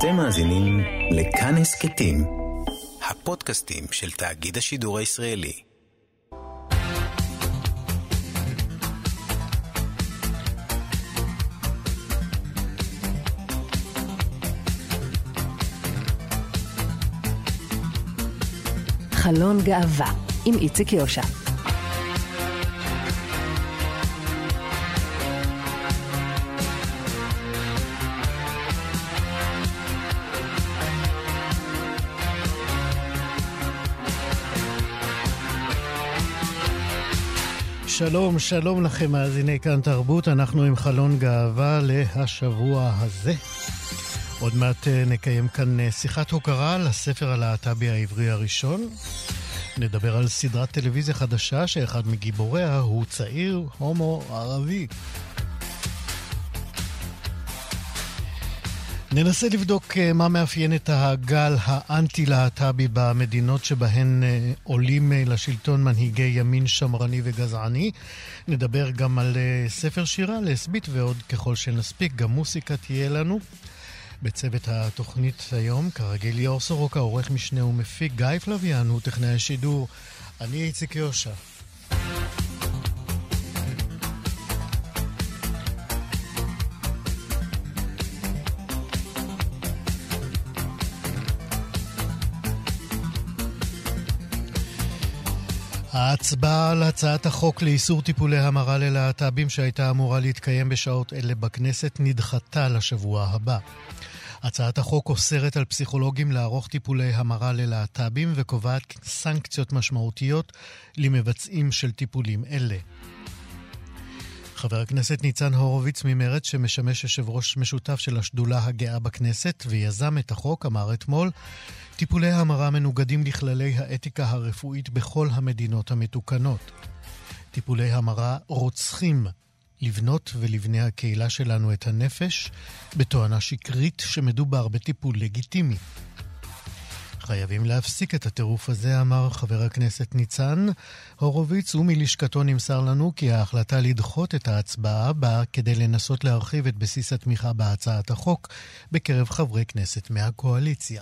אתם מאזינים לכאן הסכתים, הפודקאסטים של תאגיד השידור הישראלי. חלון גאווה עם איציק יושע. שלום, שלום לכם מאזיני כאן תרבות, אנחנו עם חלון גאווה להשבוע הזה. עוד מעט נקיים כאן שיחת הוקרה לספר הלהט"בי העברי הראשון. נדבר על סדרת טלוויזיה חדשה שאחד מגיבוריה הוא צעיר הומו ערבי. ננסה לבדוק מה מאפיין את הגל האנטי-להט"בי במדינות שבהן עולים לשלטון מנהיגי ימין שמרני וגזעני. נדבר גם על ספר שירה להסבית ועוד ככל שנספיק, גם מוסיקה תהיה לנו. בצוות התוכנית היום, כרגיל ליאור סורוקה, עורך משנה ומפיק, גיא פלוויאן הוא טכנאי השידור, אני איציק יושע. ההצבעה על הצעת החוק לאיסור טיפולי המרה ללהט"בים שהייתה אמורה להתקיים בשעות אלה בכנסת נדחתה לשבוע הבא. הצעת החוק אוסרת על פסיכולוגים לערוך טיפולי המרה ללהט"בים וקובעת סנקציות משמעותיות למבצעים של טיפולים אלה. חבר הכנסת ניצן הורוביץ ממרץ, שמשמש יושב ראש משותף של השדולה הגאה בכנסת ויזם את החוק, אמר אתמול, טיפולי המרה מנוגדים לכללי האתיקה הרפואית בכל המדינות המתוקנות. טיפולי המרה רוצחים לבנות ולבני הקהילה שלנו את הנפש, בתואנה שקרית שמדובר בטיפול לגיטימי. חייבים להפסיק את הטירוף הזה, אמר חבר הכנסת ניצן הורוביץ, ומלשכתו נמסר לנו כי ההחלטה לדחות את ההצבעה באה כדי לנסות להרחיב את בסיס התמיכה בהצעת החוק בקרב חברי כנסת מהקואליציה.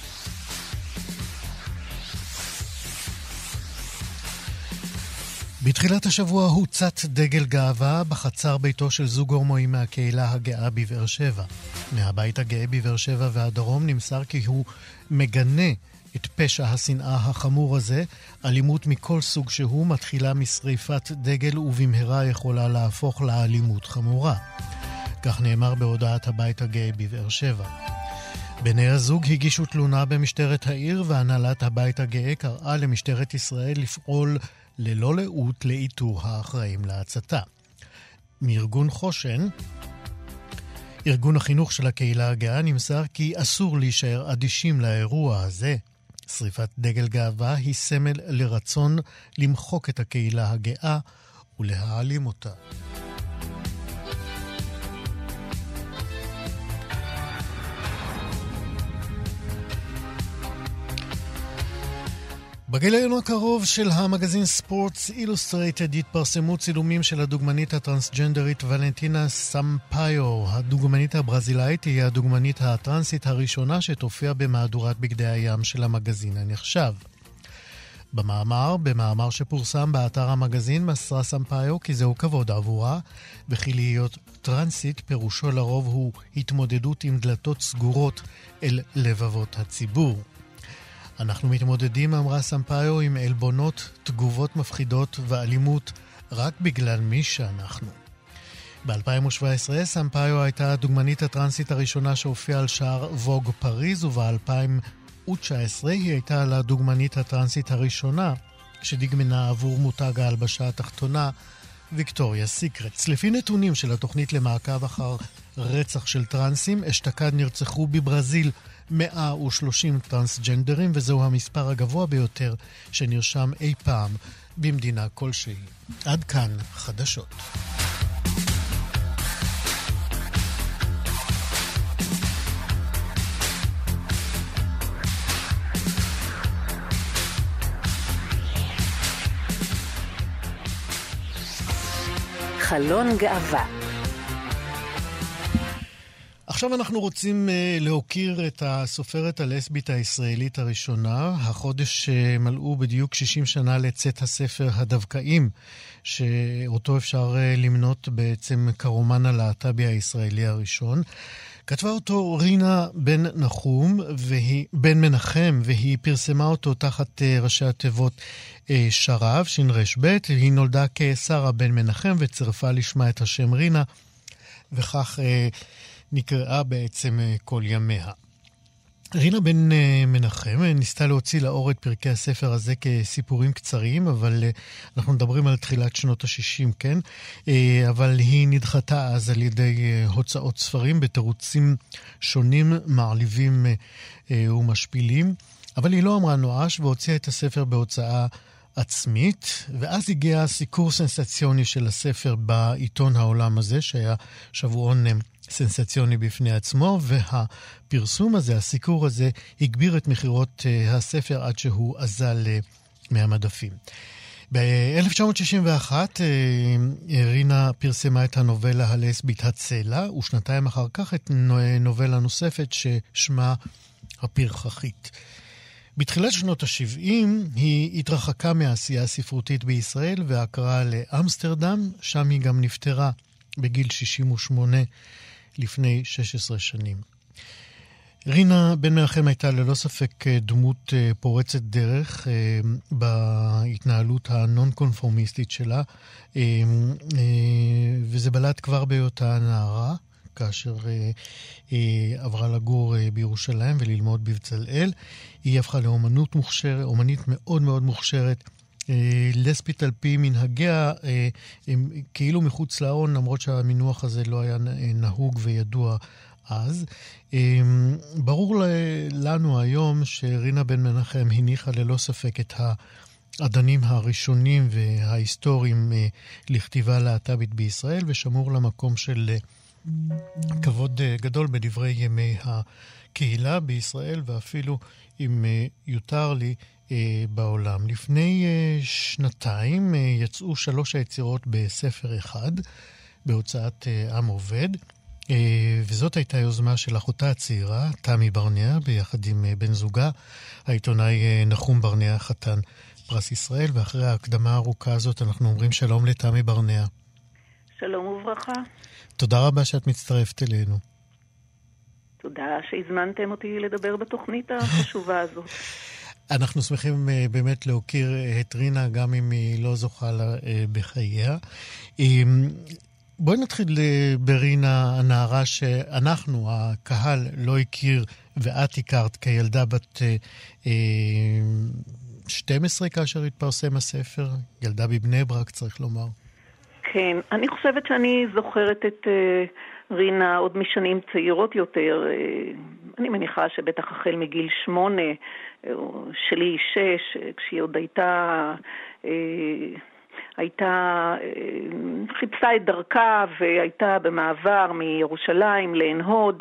בתחילת השבוע הוצת דגל גאווה בחצר ביתו של זוג הומואים מהקהילה הגאה בבאר שבע. מהבית הגאה בבאר שבע והדרום נמסר כי הוא מגנה את פשע השנאה החמור הזה. אלימות מכל סוג שהוא מתחילה משריפת דגל ובמהרה יכולה להפוך לאלימות חמורה. כך נאמר בהודעת הבית הגאה בבאר שבע. בני הזוג הגישו תלונה במשטרת העיר, והנהלת הבית הגאה קראה למשטרת ישראל לפעול ללא לאות לאיתור האחראים להצתה. מארגון חושן, ארגון החינוך של הקהילה הגאה, נמסר כי אסור להישאר אדישים לאירוע הזה. שריפת דגל גאווה היא סמל לרצון למחוק את הקהילה הגאה ולהעלים אותה. בגיליון הקרוב של המגזין ספורטס אילוסטרייטד התפרסמו צילומים של הדוגמנית הטרנסג'נדרית ולנטינה סמפאיו. הדוגמנית הברזילאית היא הדוגמנית הטרנסית הראשונה שתופיע במהדורת בגדי הים של המגזין הנחשב. במאמר שפורסם באתר המגזין מסרה סמפאיו כי זהו כבוד עבורה, וכי להיות טרנסית פירושו לרוב הוא התמודדות עם דלתות סגורות אל לבבות הציבור. אנחנו מתמודדים, אמרה סמפאיו, עם אלבונות, תגובות מפחידות ואלימות רק בגלל מי שאנחנו. ב-2017 סמפאיו הייתה הדוגמנית הטרנסית הראשונה שהופיעה על שער ווג פריז, וב-2019 היא הייתה לדוגמנית הטרנסית הראשונה שדגמנה עבור מותג ההלבשה התחתונה ויקטוריה סיקרטס. לפי נתונים של התוכנית למעקב אחר רצח של טרנסים, אשתקד נרצחו בברזיל 130 טרנסג'נדרים, וזהו המספר הגבוה ביותר שנרשם אי פעם במדינה כלשהי. עד כאן חדשות. חלון גאווה. עכשיו אנחנו רוצים להוקיר את הסופרת הלסבית הישראלית הראשונה. החודש מלאו בדיוק 60 שנה לצאת הספר הדווקאים, שאותו אפשר למנות בעצם כרומן הלהט"בי הישראלי הראשון. כתבה אותו רינה בן מנחם, והיא פרסמה אותו תחת ראשי התיבות שרב, ש"ב. היא נולדה כשרה בן מנחם וצרפה לשמה את השם רינה, וכך נקראה בעצם כל ימיה. רינה בן מנחם ניסתה להוציא לאור את פרקי הספר הזה כסיפורים קצרים, אבל אנחנו מדברים על תחילת שנות ה-60, כן? אבל היא נדחתה אז על ידי הוצאות ספרים בתירוצים שונים, מעליבים ומשפילים, אבל היא לא אמרה נואש והוציאה את הספר בהוצאה עצמית, ואז הגיע סיקור סנסציוני של הספר בעיתון העולם הזה, שהיה שבועון סנסציוני בפני עצמו, והפרסום הזה, הסיקור הזה, הגביר את מחירות הספר עד שהוא אזל מהמדפים. ב-1961 רינה פרסמה את הנובלה הלסבית הצלע, ושנתיים אחר כך את נובלה נוספת ששמה הפרחחית. בתחילת שנות ה-70 היא התרחקה מהעשייה הספרותית בישראל ועקרה לאמסטרדם, שם היא גם נפטרה בגיל 68 לפני 16 שנים. רינה בן מנחם הייתה ללא ספק דמות פורצת דרך בהתנהלות הנון-קונפורמיסטית שלה, וזה בלט כבר בהיותה נערה, כאשר עברה לגור בירושלים וללמוד בבצלאל. היא הפכה אומנית מאוד מאוד מוכשרת, לסבית על פי מנהגיה, כאילו מחוץ לארון, למרות שהמינוח הזה לא היה נהוג וידוע אז. ברור לנו היום שרינה בן מנחם הניחה ללא ספק את האדנים הראשונים וההיסטוריים לכתיבה להט"בית בישראל, ושמור למקום של כבוד גדול בדברי ימי הקהילה בישראל, ואפילו אם יותר לי בעולם. לפני שנתיים יצאו 3 היצירות בספר אחד בהוצאת עם עובד, וזאת הייתה יוזמה של אחותה הצעירה תמי ברנע ביחד עם בן זוגה העיתונאי נחום ברנע, חתן פרס ישראל. ואחרי ההקדמה הארוכה הזאת אנחנו אומרים שלום לתמי ברנע. שלום וברכה. תודה רבה שאת מצטרפת אלינו. תודה שהזמנתם אותי לדבר בתוכנית החשובה הזאת. אנחנו שמחים באמת להוקיר את רינה, גם אם היא לא זוכה בחייה. בואי נתחיל ברינה, הנערה שאנחנו, הקהל, לא הכיר ואת הכרת כילדה בת 12 כאשר התפרסם הספר. ילדה בבני ברק, צריך לומר. כן, אני חושבת שאני זוכרת את רינה עוד משנים צעירות יותר. אני מניחה שבטח החל מגיל 8, שלי 6, כשהיא עוד חיפשה את דרכה והייתה במעבר מירושלים לעין הוד.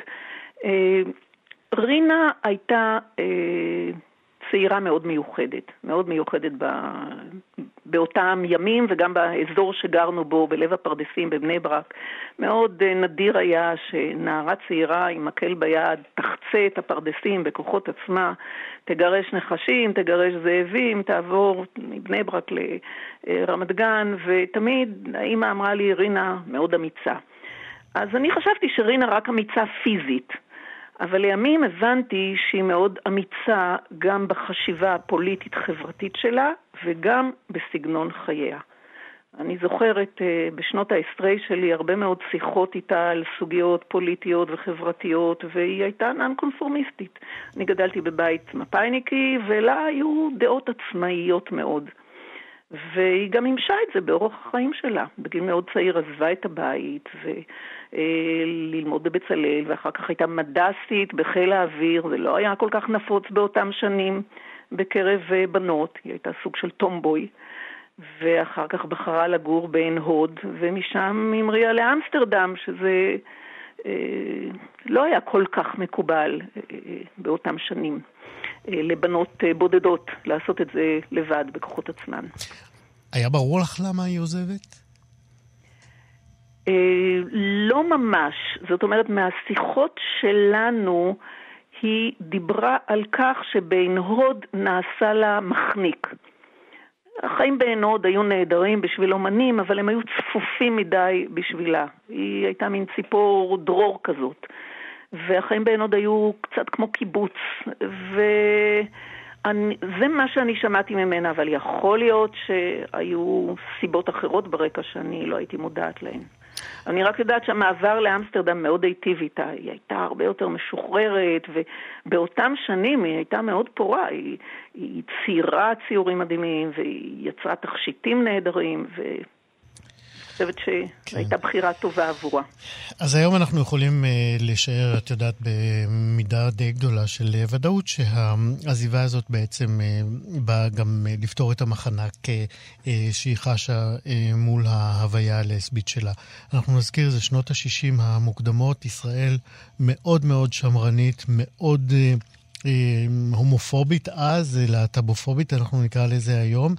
רינה הייתה צעירה מאוד מיוחדת באותם ימים, וגם באזור שגרנו בו, בלב הפרדסים בבני ברק. מאוד נדיר היה שנערה צעירה עם מקל ביד תחצה את הפרדסים בכוחות עצמה, תגרש נחשים, תגרש זאבים, תעבור מבני ברק לרמת גן, ותמיד האמא אמרה לי, רינה מאוד אמיצה. אז אני חשבתי שרינה רק אמיצה פיזית, אבל לימים הבנתי שהיא מאוד אמיצה גם בחשיבה הפוליטית-חברתית שלה, וגם בסגנון חייה. אני זוכרת בשנות העשרה שלי הרבה מאוד שיחות איתה על סוגיות פוליטיות וחברתיות, והיא הייתה נון-קונפורמיסטית. אני גדלתי בבית מפאיניקי, ולה היו דעות עצמאיות מאוד. והיא גם המשה את זה באורח החיים שלה. בגיל מאוד צעיר עזבה את הבית וללמוד בבצלאל, ואחר כך הייתה מדסית בחיל האוויר. זה לא היה כל כך נפוץ באותם שנים בקרב בנות. היא הייתה סוג של טומבוי. ואחר כך בחרה לגור בעין הוד, ומשם המריאה לאמסטרדם, שזה לא היה כל כך מקובל באותם שנים. לבנות בודדות, לעשות את זה לבד בכוחות עצמן. היה ברור לך למה היא עוזבת? לא ממש. זאת אומרת, מהשיחות שלנו היא דיברה על כך שבעין הוד נעשה לה מחניק. החיים בעין הוד היו נהדרים בשביל אומנים, אבל הם היו צפופים מדי בשבילה. היא הייתה מין ציפור דרור כזאת. והחיים בעין הוד היו קצת כמו קיבוץ. זה מה שאני שמעתי ממנה, אבל יכול להיות שהיו סיבות אחרות ברקע שאני לא הייתי מודעת להן. אני רק יודעת שהמעבר לאמסטרדם מאוד היטיב איתה, היא הייתה הרבה יותר משוחררת, ובאותם שנים היא הייתה מאוד פורה, היא ציירה ציורים מדהימים, והיא יצרה תכשיטים נהדרים, אני חושבת שהייתה בחירה טובה עבורה. אז היום אנחנו יכולים לשער, את יודעת, במידה די גדולה של ודאות, שהעזיבה הזאת בעצם באה גם לפתור את המחנק שהיא חשה מול ההוויה הלסבית שלה. אנחנו נזכיר, זה שנות ה-60 המוקדמות, ישראל מאוד מאוד שמרנית, מאוד הומופובית אז, להט"בופובית, אנחנו נקרא לזה היום,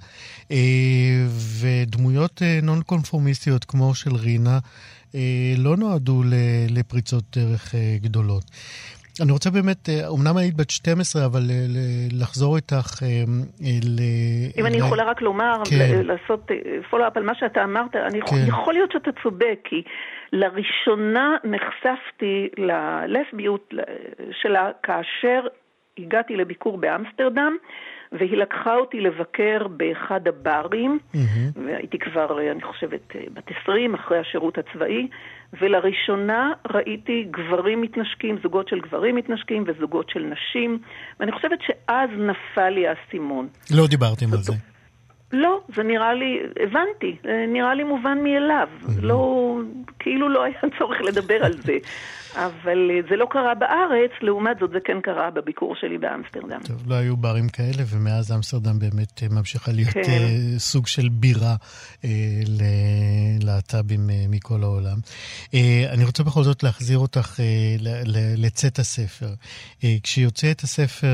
ודמויות נון קונפורמיסטיות כמו של רינה לא נועדו לפריצות דרך גדולות. אני רוצה באמת, אמנם היית בת 12, אבל לחזור איתך אם אני יכולה רק לומר, לעשות פולו-אפ על מה שאתה אמרת, יכול להיות שאתה צודק, כי לראשונה נחשפתי ללסביות שלה כאשר הגעתי לביקור באמסטרדם, והיא לקחה אותי לבקר באחד הברים, והייתי כבר, אני חושבת, בת 20, אחרי השירות הצבאי, ולראשונה ראיתי גברים מתנשקים, זוגות של גברים מתנשקים וזוגות של נשים, ואני חושבת שאז נפל לי האסימון. לא דיברתם על זה. לא, זה נראה לי, הבנתי, נראה לי מובן מאליו, לא, כאילו לא היה צורך לדבר על זה. אבל זה לא קרה בארץ, לעומת זאת זה כן קרה בביקור שלי באמסטרדם. טוב, לא היו ברים כאלה, ומאז אמסטרדם באמת ממשיכה להיות סוג של בירה ללהט"בים מכל העולם. אני רוצה בכל זאת להחזיר אותך לצאת הספר. כשיוצא את הספר,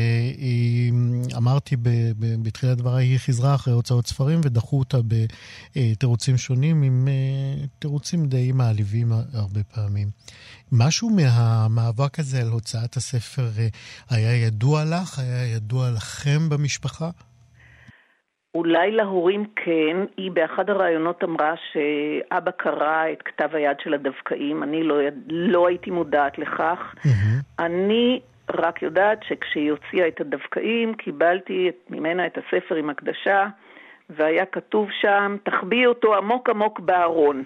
אמרתי בתחילת דבריי, היא חזרה אחרי הוצאות ספרים, ודחו אותה בתירוצים שונים, עם תירוצים די מעליבים הרבה פעמים. משהו מהמאבק הזה על הוצאת הספר היה ידוע לך? היה ידוע לכם במשפחה? אולי להורים כן. היא באחד הרעיונות אמרה שאבא קרא את כתב היד של הדווקאים. אני לא הייתי מודעת לכך. אני רק יודעת שכשהיא הוציאה את הדווקאים, קיבלתי ממנה את הספר עם הקדשה, והיה כתוב שם, תחביא אותו עמוק עמוק בארון.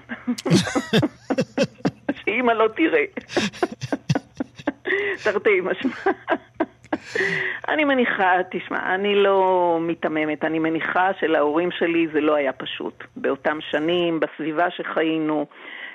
שאמא לא תראה. תרתי משמע. אני מניחה, תשמע, אני לא מתממת, אני מניחה שלהורים שלי זה לא היה פשוט. באותם שנים, בסביבה שחיינו,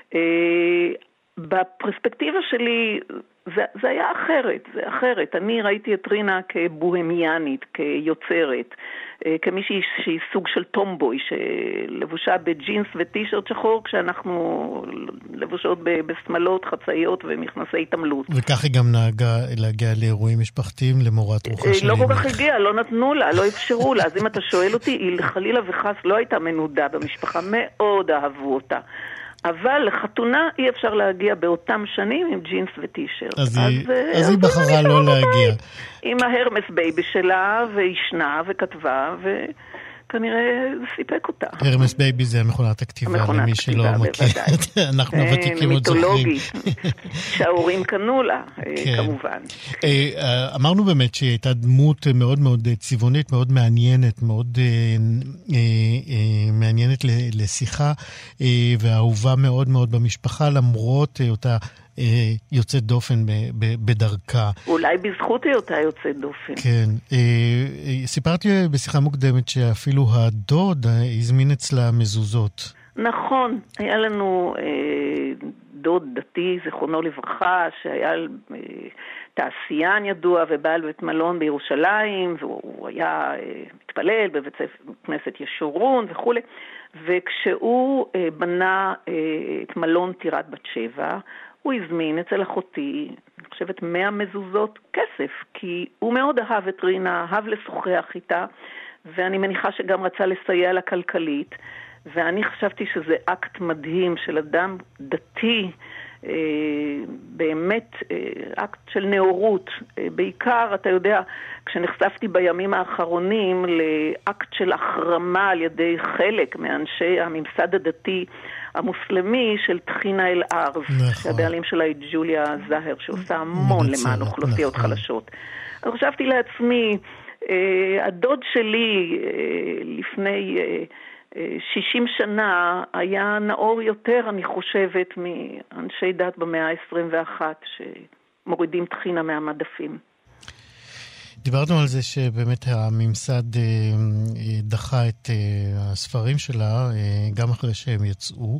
בפרספקטיבה שלי זה היה אחרת, זה אחרת. אני ראיתי את רינה כבוהמיאנית, כיוצרת, כמישהי שהיא סוג של טומבוי, שלבושה בג'ינס וטישרט שחור, כשאנחנו לבושות בסמלות, חצאיות ומכנסי תמלות. וכך היא גם נהגה להגיע לאירועים משפחתיים, למורת רוחה של לא כל כך הגיעה, לא נתנו לה, לא אפשרו לה. אז אם אתה שואל אותי, היא חלילה וחס לא הייתה מנודה במשפחה, מאוד אהבו אותה. אבל לחתונה אי אפשר להגיע באותם שנים עם ג'ינס וטישרט. אז היא בחרה לא להגיע. עם ההרמס בייבי שלה, וישנה וכתבה, וכנראה זה סיפק אותה. הרמס בייבי זה מכונת הכתיבה, למי שלא מכיר. אנחנו ותיקים עוד זוכרים. מיתולוגית, שההורים קנו לה, כמובן. אמרנו באמת שהיא הייתה דמות מאוד מאוד צבעונית, מאוד מעניינת, מאוד מעניינת לשיחה, ואהובה מאוד מאוד במשפחה, למרות אותה יוצאת דופן בדרכה. אולי בזכות היותה יוצאת דופן. כן. סיפרתי בשיחה מוקדמת שאפילו הדוד הזמין אצלה מזוזות. נכון. היה לנו דוד דתי, זכרונו לברכה, שהיה תעשיין ידוע ובעל בית מלון בירושלים, והוא היה מתפלל בבית כנסת ישורון וכו'. וכשהוא בנה את מלון טירת בת שבע, הוא הזמין אצל אחותי, אני חושבת 100 מזוזות כסף, כי הוא מאוד אהב את רינה, אהב לשוחח איתה, ואני מניחה שגם רצה לסייע לה כלכלית, ואני חשבתי שזה אקט מדהים של אדם דתי, באמת אקט של נאורות. בעיקר, אתה יודע, כשנחשפתי בימים האחרונים לאקט של החרמה על ידי חלק מאנשי הממסד הדתי המוסלמי של תחינה אל-ארז, שהבעלים שלה היא ג'וליה זהר, שעושה המון למען אוכלוסיות חלשות. אז חשבתי לעצמי, הדוד שלי לפני 60 שנה היה נאור יותר, אני חושבת, מאנשי דת במאה ה-21 שמורידים תחינה מהמדפים. דיברנו על זה שבאמת הממסד דחה את הספרים שלה, גם אחרי שהם יצאו.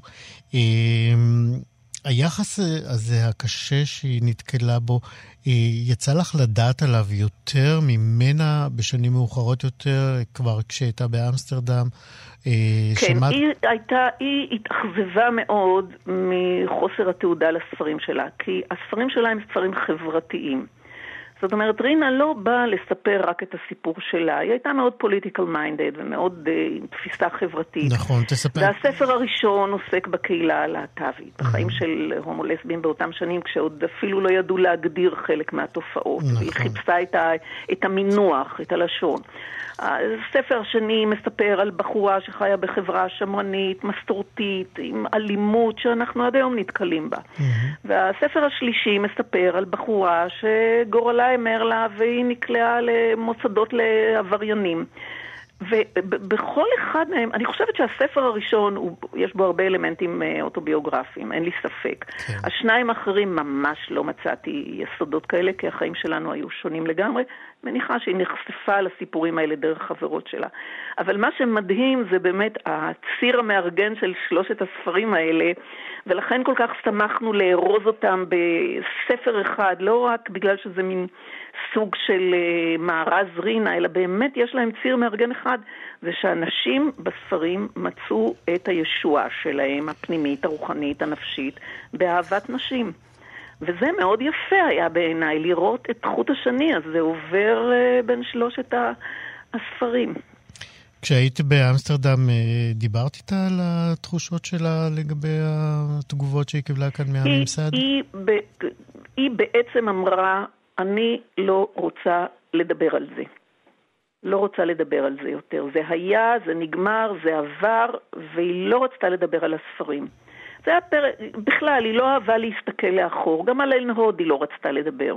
היחס הזה הקשה שהיא נתקלה בו, יצא לך לדעת עליו יותר ממנה בשנים מאוחרות יותר, כבר כשהייתה באמסטרדם? כן, היא התאכזבה מאוד מחוסר התעודה לספרים שלה, כי הספרים שלה הם ספרים חברתיים. זאת אומרת, רינה לא באה לספר רק את הסיפור שלה, היא הייתה מאוד פוליטיקל מיינדד ומאוד עם תפיסה חברתית. נכון, תספר. והספר הראשון עוסק בקהילה הלהט"בית, בחיים של הומולסבים באותם שנים, כשעוד אפילו לא ידעו להגדיר חלק מהתופעות, והיא חיפשה את המינוח, את הלשון. הספר השני מספר על בחורה שחיה בחברה שמרנית, מסתורתית, עם אלימות שאנחנו עד היום נתקלים בה. והספר השלישי מספר על בחורה שגורלה אמר לה והיא נקלעה למוסדות לעבריינים. ובכל אחד מהם, אני חושבת שהספר הראשון, יש בו הרבה אלמנטים אוטוביוגרפיים, אין לי ספק. כן. השניים האחרים ממש לא מצאתי יסודות כאלה, כי החיים שלנו היו שונים לגמרי. מניחה שהיא נחשפה לסיפורים האלה דרך חברות שלה. אבל מה שמדהים זה באמת הציר המארגן של שלושת הספרים האלה, ולכן כל כך שמחנו לארוז אותם בספר אחד, לא רק בגלל שזה מין סוג של מארז רינה, אלא באמת יש להם ציר מארגן אחד, זה שאנשים בספרים מצאו את הישועה שלהם, הפנימית, הרוחנית, הנפשית, באהבת נשים. וזה מאוד יפה היה בעיניי, לראות את חוט השני, אז זה עובר בין שלושת הספרים. כשהיית באמסטרדם, דיברת איתה על התחושות שלה לגבי התגובות שהיא קיבלה כאן מהממסד? היא בעצם אמרה, אני לא רוצה לדבר על זה. לא רוצה לדבר על זה יותר. זה היה, זה נגמר, זה עבר, והיא לא רצתה לדבר על הספרים. זה היה בכלל, היא לא אהבה להסתכל לאחור. גם על אלן הוד היא לא רצתה לדבר.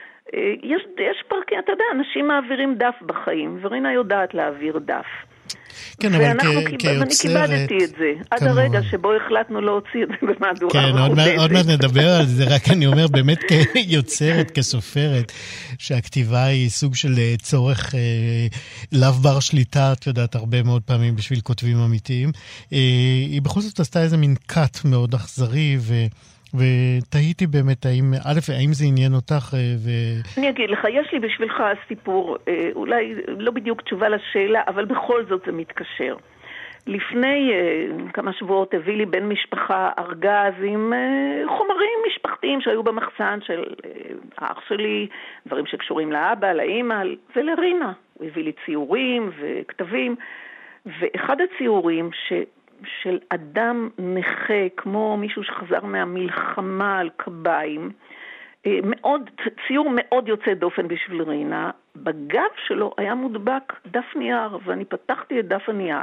יש פרקים, אתה יודע, אנשים מעבירים דף בחיים, ורינה יודעת להעביר דף. כן, אבל ואני קיבלתי את זה, עד הרגע שבו החלטנו להוציא את זה במהדורה. כן, עוד מעט נדבר על זה, רק אני אומר, באמת כיוצרת, כסופרת, שהכתיבה היא סוג של צורך לאו בר שליטה, את יודעת, הרבה מאוד פעמים בשביל כותבים אמיתיים. היא בכל זאת עשתה איזה מין קאט מאוד אכזרי, ותהיתי באמת, האם זה עניין אותך? אני אגיד לך, יש לי בשבילך סיפור, אולי לא בדיוק תשובה לשאלה, אבל בכל זאת זה מתקשר. לפני כמה שבועות הביא לי בן משפחה ארגז עם חומרים משפחתיים שהיו במחסן של האח שלי, דברים שקשורים לאבא, לאמא ולרינה. הוא הביא לי ציורים וכתבים, ואחד הציורים של אדם נכה, כמו מישהו שחזר מהמלחמה על קביים, ציור מאוד יוצא דופן בשביל רינה, בגב שלו היה מודבק דף נייר, ואני פתחתי את דף הנייר,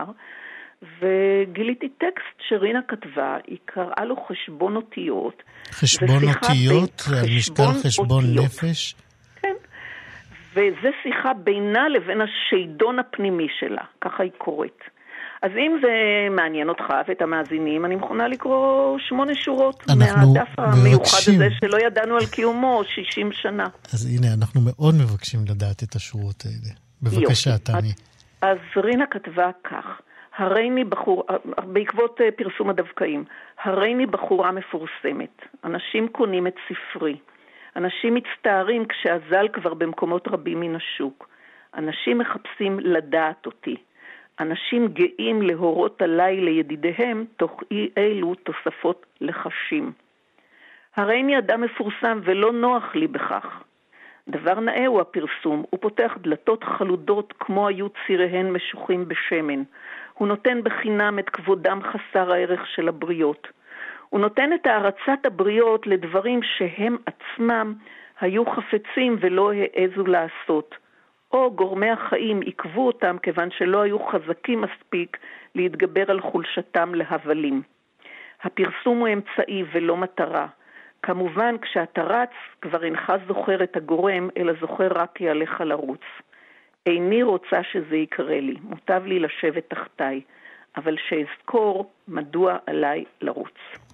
וגיליתי טקסט שרינה כתבה, היא קראה לו חשבון אותיות. חשבון אותיות? על משקל חשבון נפש? כן. וזה שיחה בינה לבין השיידון הפנימי שלה, ככה היא קוראת. אז אם זה מעניין אותך ואת המאזינים, אני מוכנה לקרוא 8 שורות מהדף המיוחד הזה שלא ידענו על קיומו 60 שנה. אז הנה, אנחנו מאוד מבקשים לדעת את השורות האלה. בבקשה, תמי. אז רינה כתבה כך, הריני בחור, בעקבות פרסום הדווקאים, הריני בחורה מפורסמת, אנשים קונים את ספרי, אנשים מצטערים כשהזל כבר במקומות רבים מן השוק, אנשים מחפשים לדעת אותי, אנשים גאים להורות עליי לידידיהם, תוך אי אלו תוספות לחשים. הריני אדם מפורסם ולא נוח לי בכך. דבר נאה הוא הפרסום, הוא פותח דלתות חלודות כמו היו ציריהן משוחים בשמן. הוא נותן בחינם את כבודם חסר הערך של הבריות. הוא נותן את הערצת הבריות לדברים שהם עצמם היו חפצים ולא העזו לעשות. או גורמי החיים עיכבו אותם כיוון שלא היו חזקים מספיק להתגבר על חולשתם להבלים. הפרסום הוא אמצעי ולא מטרה. כמובן, כשאתה רץ, כבר אינך זוכר את הגורם, אלא זוכר רק כי עליך לרוץ. איני רוצה שזה יקרה לי, מוטב לי לשבת תחתיי, אבל שאזכור מדוע עליי לרוץ.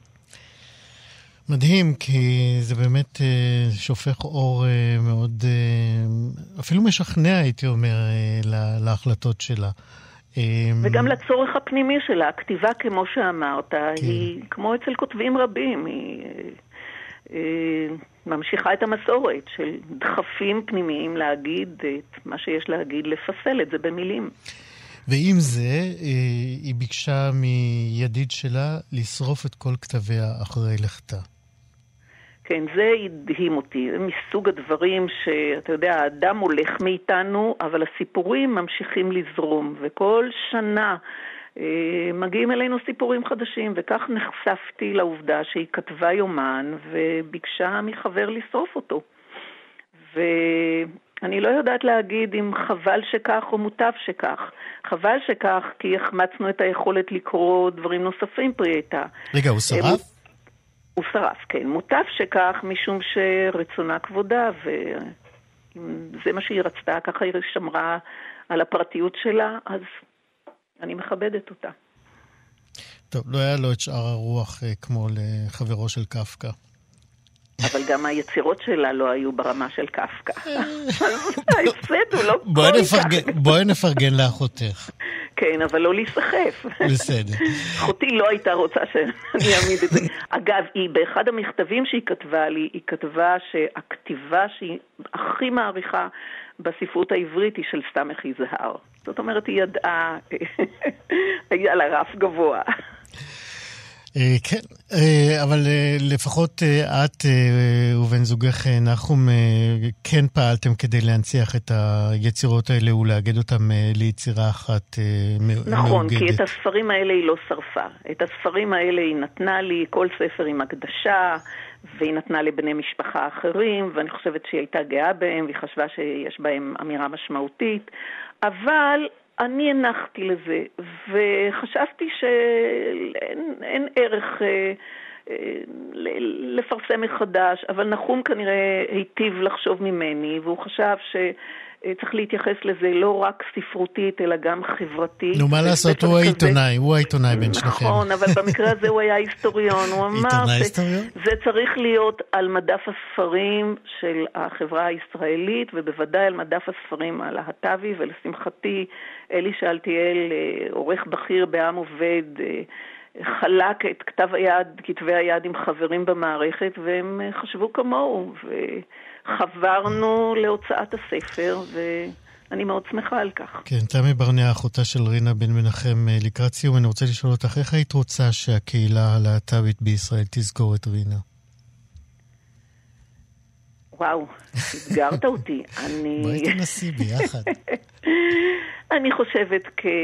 מדהים, כי זה באמת שופך אור מאוד, אפילו משכנע, הייתי אומר, להחלטות שלה. וגם לצורך הפנימי שלה, הכתיבה, כמו שאמרת, היא כמו אצל כותבים רבים, היא ממשיכה את המסורת של דחפים פנימיים להגיד את מה שיש להגיד, לפסל את זה במילים. ועם זה, היא ביקשה מידיד שלה לשרוף את כל כתביה אחרי לכתה. כן, זה הדהים אותי. זה מסוג הדברים שאתה יודע, האדם הולך מאיתנו, אבל הסיפורים ממשיכים לזרום, וכל שנה מגיעים אלינו סיפורים חדשים, וכך נחשפתי לעובדה שהיא כתבה יומן, וביקשה מחבר לשרוף אותו. ואני לא יודעת להגיד אם חבל שכך או מוטב שכך. חבל שכך, כי החמצנו את היכולת לקרוא דברים נוספים פרי איתה. רגע, הוא שרף? הוא שרף, כן. מוטב שכך, משום שרצונה כבודה, וזה מה שהיא רצתה, ככה היא שמרה על הפרטיות שלה, אז אני מכבדת אותה. טוב, לא היה לו את שאר הרוח כמו לחברו של קפקא. אבל גם היצירות שלה לא היו ברמה של קפקא. ההפסד הוא לא כל כך. בואי נפרגן לאחותך. כן, אבל לא להיסחף. בסדר. אחותי לא הייתה רוצה שאני אעמיד את זה. אגב, באחד המכתבים שהיא כתבה לי, היא כתבה שהכתיבה שהיא הכי מעריכה בספרות העברית היא של סמך יזהר. זאת אומרת, היא ידעה, היה לה רף גבוה. כן, אבל לפחות את ובן זוגך נחום כן פעלתם כדי להנציח את היצירות האלה ולאגד אותם ליצירה אחת מאוגדת. נכון, כי את הספרים האלה היא לא שרפה. את הספרים האלה היא נתנה לי, כל ספר עם הקדשה, והיא נתנה לבני משפחה אחרים, ואני חושבת שהיא הייתה גאה בהם, והיא חשבה שיש בהם אמירה משמעותית, אבל אני הנחתי לזה, וחשבתי שאין ערך לפרסם מחדש, אבל נחום כנראה היטיב לחשוב ממני, והוא חשב שצריך להתייחס לזה לא רק ספרותית, אלא גם חברתית. נו, מה לעשות, הוא העיתונאי בין שניכם. נכון, אבל במקרה הזה הוא היה היסטוריון, הוא אמר שזה צריך להיות על מדף הספרים של החברה הישראלית, ובוודאי על מדף הספרים הלהט"בי, ולשמחתי, אלי שאלתיאל, עורך בכיר בעם עובד, חלק את כתבי היד עם חברים במערכת, והם חשבו כמוהו, וחברנו להוצאת הספר, ואני מאוד שמחה על כך. כן, תמי ברנע, אחותה של רינה בן מנחם, לקראת סיום, אני רוצה לשאול אותך, איך היית רוצה שהקהילה הלהט"בית בישראל תזכור את רינה? וואו, התגרת אותי. בואי תנסי ביחד. אני חושבת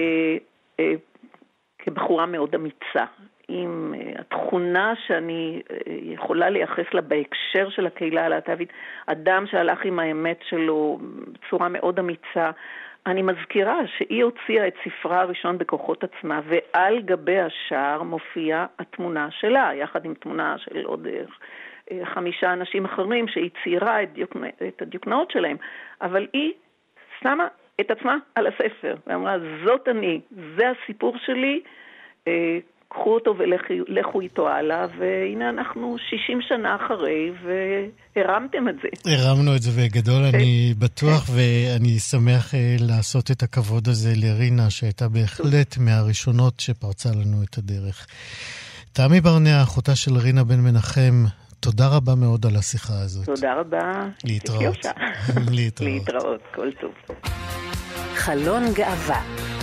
כבחורה מאוד אמיצה, עם התכונה שאני יכולה לייחס לה בהקשר של הקהילה הלהט"בית, אדם שהלך עם האמת שלו בצורה מאוד אמיצה. אני מזכירה שהיא הוציאה את ספרה הראשון בכוחות עצמה, ועל גבי השער מופיעה התמונה שלה, יחד עם תמונה של עוד 5 אנשים אחרים שהיא ציירה את הדיוקנאות שלהם, אבל היא שמה את עצמה על הספר, ואמרה, זאת אני, זה הסיפור שלי, קחו אותו ולכו איתו הלאה, והנה אנחנו 60 שנה אחרי, והרמתם את זה. הרמנו את זה בגדול, אני בטוח, ואני שמח לעשות את הכבוד הזה לרינה, שהייתה בהחלט מהראשונות שפרצה לנו את הדרך. תמי ברנע, אחותה של רינה בן מנחם, תודה רבה מאוד על השיחה הזאת. תודה רבה. להתראות. להתראות, כל טוב. חלון גאווה.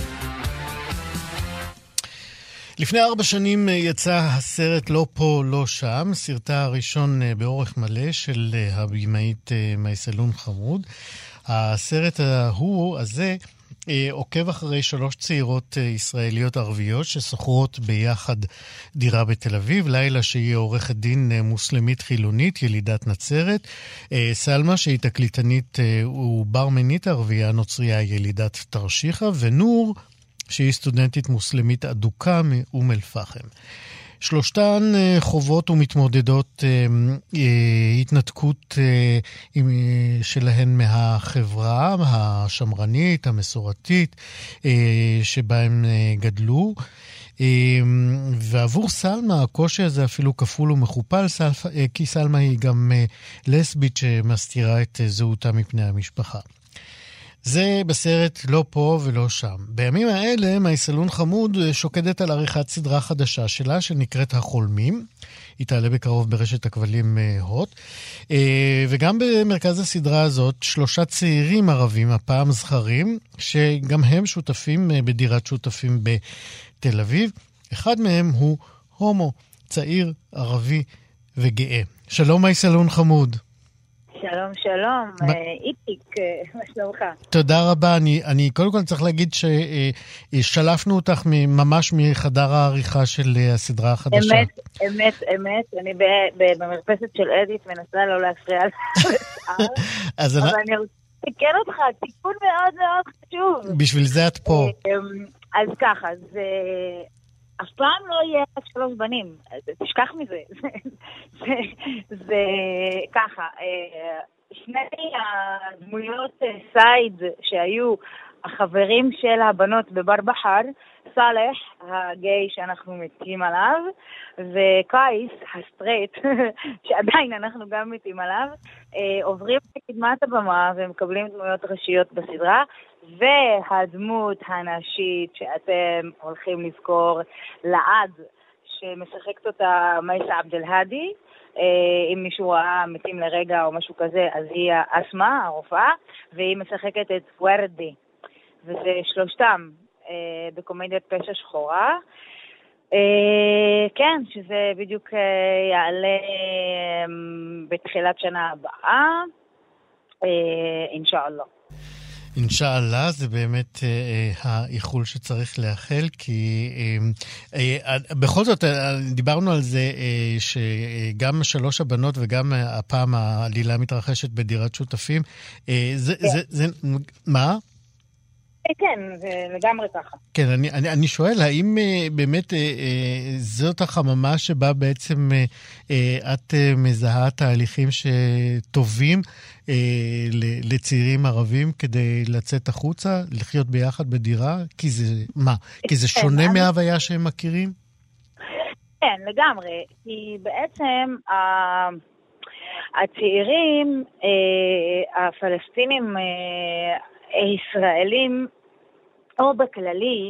לפני 4 שנים יצא הסרט לא פה, לא שם, סרטה הראשון באורך מלא של הבימאית מייסלון חמוד. הסרט הזה עוקב אחרי 3 צעירות ישראליות ערביות ששוכרות ביחד דירה בתל אביב, לילה שהיא עורכת דין מוסלמית חילונית, ילידת נצרת, סלמה שהיא תקליטנית וברמנית ערבייה נוצריה ילידת תרשיחא, ונור שהיא סטודנטית מוסלמית אדוקה מאום אל פחם. 3 חובות ומתמודדות התנתקות שלהן מהחברה השמרנית, המסורתית, שבה הם גדלו. ועבור סלמה הקושי הזה אפילו כפול ומכופל, כי סלמה היא גם לסבית שמסתירה את זהותה מפני המשפחה. זה בסרט לא פה ולא שם. בימים האלה מייסלון חמוד שוקדת על עריכת סדרה חדשה שלה שנקראת החולמים. היא תעלה בקרוב ברשת הכבלים הוט. וגם במרכז הסדרה הזאת 3 צעירים ערבים, הפעם זכרים, שגם הם שותפים בדירת שותפים בתל אביב. אחד מהם הוא הומו, צעיר, ערבי וגאה. שלום מייסלון חמוד. שלום, שלום, איציק, מה שלומך? תודה רבה, אני קודם כל צריך להגיד ששלפנו אותך ממש מחדר העריכה של הסדרה החדשה. אמת, אני במרפסת של אדית מנסה לא להפריע לשאר, אבל אני רוצה לתקן אותך, תיקון מאוד מאוד חשוב. בשביל זה את פה. אז ככה, זה אף פעם לא יהיה 3 בנים, תשכח מזה. זה ככה, 2 הדמויות סייד שהיו החברים של הבנות בבר בחר, סלח, הגיי שאנחנו מתים עליו, וקייס, הסטרייט, שעדיין אנחנו גם מתים עליו, עוברים לקדמת הבמה ומקבלים דמויות ראשיות בסדרה, והדמות הנשית שאתם הולכים לזכור לעד, שמשחקת אותה מייסה עבדל-הדי, אם מישהו ראה מתים לרגע או משהו כזה, אז היא אסמה, הרופאה, והיא משחקת את ורדי, וזה 3 בקומדיית פשע שחורה. כן, שזה בדיוק יעלה בתחילת שנה הבאה, אינשאללה. אינשאללה, זה באמת האיחול שצריך לאחל, כי בכל זאת דיברנו על זה שגם 3 הבנות וגם הפעם העלילה מתרחשת בדירת שותפים. מה? כן, זה לגמרי ככה. כן, אני שואל, האם באמת זאת החממה שבה בעצם את מזהה תהליכים שטובים לצעירים ערבים כדי לצאת החוצה, לחיות ביחד בדירה? כי זה, מה? כי זה שונה מההוויה שהם מכירים? כן, לגמרי. כי בעצם הצעירים, הפלסטינים, הישראלים, או בכללי,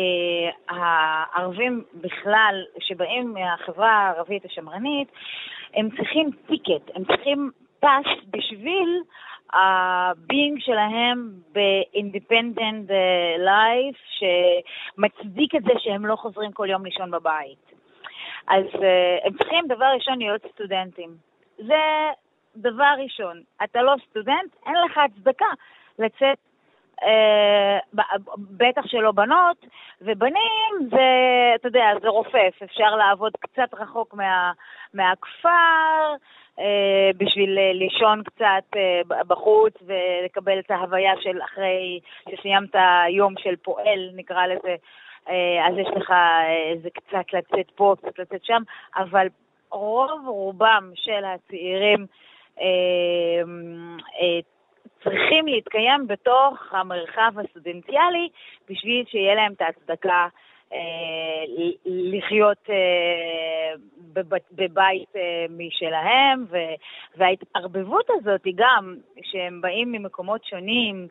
הערבים בכלל שבאים מהחברה הערבית השמרנית, הם צריכים טיקט, הם צריכים פס בשביל הבינג שלהם ב-independent life, שמצדיק את זה שהם לא חוזרים כל יום לישון בבית. אז הם צריכים דבר ראשון להיות סטודנטים. זה דבר ראשון. אתה לא סטודנט, אין לך הצדקה לצאת, בטח שלא בנות, ובנים זה, אתה יודע, זה רופף, אפשר לעבוד קצת רחוק מהכפר, בשביל לישון קצת בחוץ ולקבל את ההוויה של אחרי שסיימת יום של פועל, נקרא לזה, אז יש לך איזה קצת לצאת פה, קצת לצאת שם, אבל רובם של הצעירים צריכים להתקיים בתוך המרחב הסטודנטיאלי בשביל שיהיה להם את ההצדקה לחיות בבית משלהם, וההתערבבות הזאת היא גם שהם באים ממקומות שונים,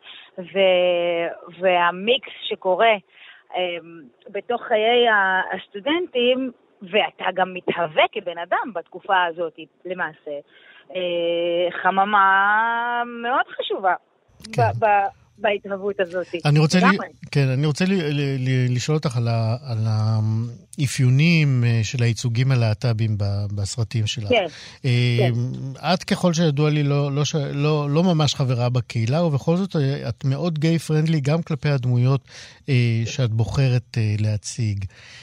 והמיקס שקורה בתוך חיי הסטודנטים, ואתה גם מתהווה כבן אדם בתקופה הזאת למעשה, חממה מאוד חשובה. כן. בהתהוות הזאת. אני רוצה לשאול אותך על האפיונים של הייצוגים הלהט"בים בסרטים שלך. כן. את ככל שידוע לי לא ממש חברה בקהילה, ובכל זאת את מאוד גיי פרנדלי גם כלפי הדמויות שאת בוחרת להציג.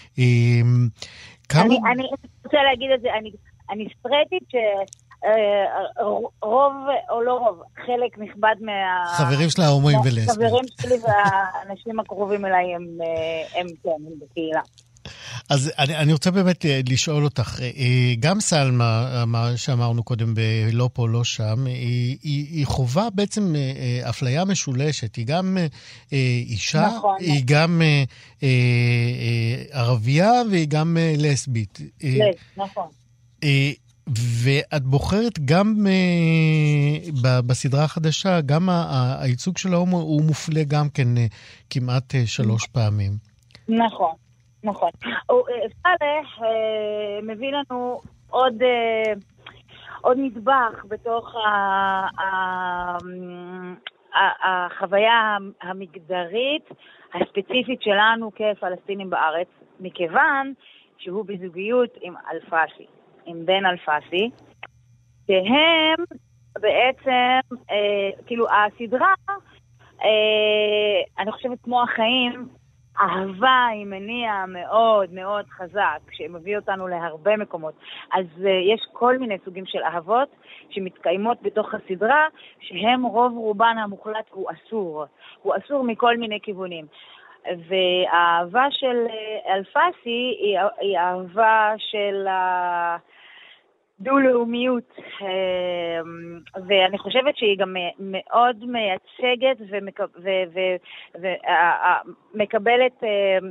אני רוצה להגיד את זה, אני סטרייטית רוב, או לא רוב, חלק נכבד חברים של ההומואים ולסבים. חברים שלי והאנשים הקרובים אליי הם בקהילה. אז אני רוצה באמת לשאול אותך, גם סלמה, מה שאמרנו קודם בלא פה, לא שם, היא חובה בעצם אפליה משולשת, היא גם אישה, נכון. היא גם ערבייה והיא גם לסבית. נכון. ואת בוחרת גם בסדרה החדשה, גם הייצוג של ההומו הוא מופלה גם כן כמעט 3 פעמים. נכון. נכון. סלח מביא לנו עוד נדבך בתוך החוויה המגדרית הספציפית שלנו כפלסטינים בארץ, מכיוון שהוא בזוגיות עם אלפסי, עם בן אלפסי, שהם בעצם, כאילו הסדרה, אני חושבת כמו החיים, אהבה היא מניע מאוד מאוד חזק, שמביא אותנו להרבה מקומות. אז יש כל מיני סוגים של אהבות שמתקיימות בתוך הסדרה, שהם רוב רובן המוחלט הוא אסור. הוא אסור מכל מיני כיוונים. והאהבה של אלפסי היא אהבה של דו-לאומיות, ואני חושבת שהיא גם מאוד מייצגת ומקבלת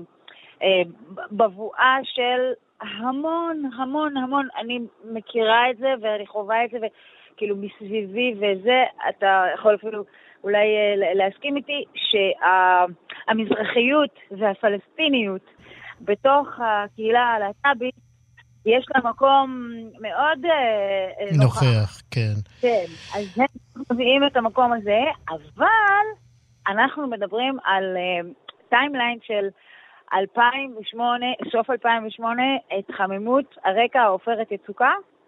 בבואה של המון, המון, המון, אני מכירה את זה ואני חווה את זה, וכאילו מסביבי וזה, אתה יכול אפילו אולי להסכים איתי, שהמזרחיות והפלסטיניות בתוך הקהילה הלהט"בית, יש לה מקום מאוד נוכח, כן. כן, אז הם מביאים את המקום הזה, אבל אנחנו מדברים על טיימליין של 2008, סוף 2008, את חמימות הרקע העופרת יצוקה,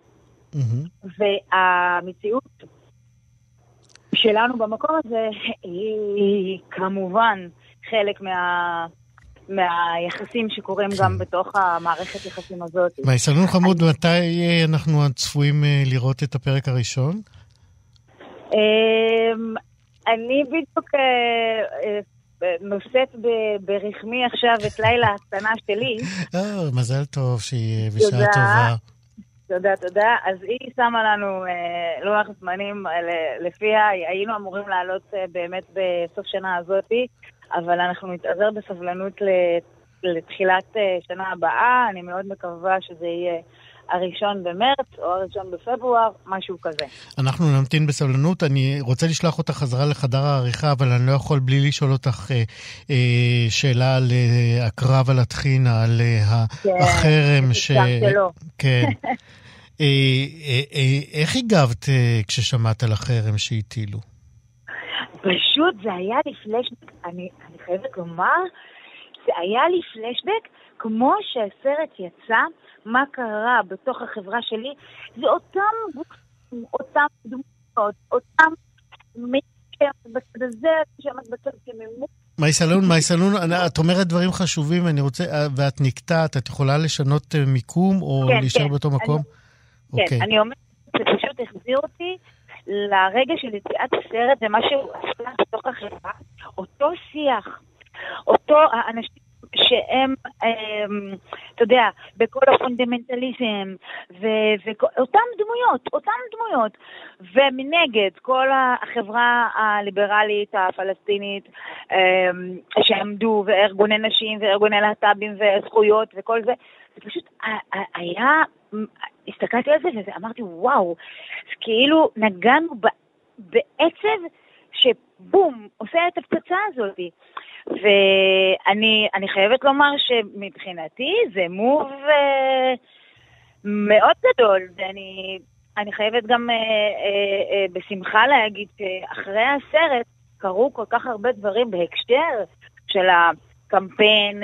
והמציאות שלנו במקום הזה היא כמובן חלק מהיחסים שקורים גם בתוך המערכת יחסים הזאת. מייסלון חמוד, מתי אנחנו צפויים לראות את הפרק הראשון? אני בדיוק נושאת ברחמי עכשיו את לילה הקטנה שלי. מזל טוב שהיא בשעה טובה. תודה. אז היא שמה לנו לוח זמנים לפיה היינו אמורים לעלות באמת בסוף שנה הזאת, אבל אנחנו נתעזר בסבלנות לתחילת שנה הבאה. אני מאוד מקווה שזה יהיה 1 במרץ או 1 בפברואר, משהו כזה. אנחנו נמתין בסבלנות. אני רוצה לשלוח אותך חזרה לחדר העריכה, אבל אני לא יכול בלי לשאול אותך שאלה על הקרב על הטחינה, על החרם כן. איך הגבת כששמעת על החרם שהטילו? פשוט זה היה לי פלשבק, אני חייבת לומר, זה היה לי פלשבק כמו שהסרט יצא, מה קרה בתוך החברה שלי, זה אותם דמות, אותם בצד הזה, שעמד בצד כמימות. מייסלון, את אומרת דברים חשובים, אני רוצה, ואת נקטעת, את יכולה לשנות מיקום או להישאר באותו מקום? כן, אני אומרת, זה פשוט החזיר אותי לרגע של יציאת הסרט, זה משהו עשה בתוך החברה, אותו שיח, אותו האנשים שהם, אתה יודע, בכל הפונדמנטליזם, ואותם דמויות, ומנגד כל החברה הליברלית הפלסטינית, שעמדו, וארגוני נשים, וארגוני להט"בים, וזכויות, וכל זה, זה פשוט היה, הסתכלתי על זה, ואמרתי, וואו, כאילו נגענו בעצב שבום, עושה את הפצצה הזאת. ואני חייבת לומר שמבחינתי זה מוב מאוד גדול, ואני חייבת גם בשמחה להגיד שאחרי הסרט קרו כל כך הרבה דברים בהקשר של הקמפיין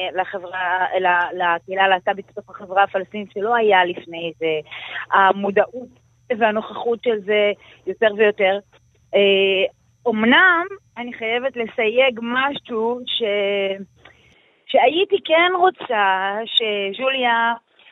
לקהילה הלהט"בית בתוך החברה הפלסטינית שלא היה לפני זה, המודעות והנוכחות של זה יותר ויותר. אמנם אני חייבת לסייג משהו שהייתי כן רוצה שג'וליה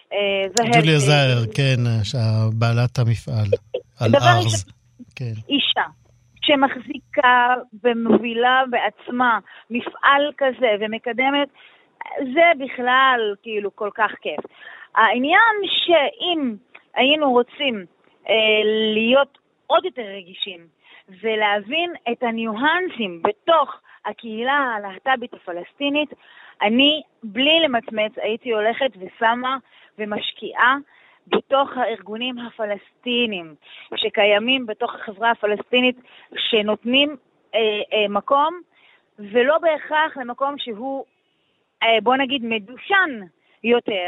זהר, כן, בעלת המפעל, על ארז, כן. אישה שמחזיקה ומובילה בעצמה מפעל כזה ומקדמת, זה בכלל כאילו כל כך כיף. העניין שאם היינו רוצים להיות עוד יותר רגישים ולהבין את הניואנסים בתוך הקהילה הלהט"בית הפלסטינית, אני בלי למצמץ הייתי הולכת ושמה ומשקיעה בתוך הארגונים הפלסטינים שקיימים בתוך החברה הפלסטינית, שנותנים מקום ולא בהכרח למקום שהוא בוא נגיד מדושן יותר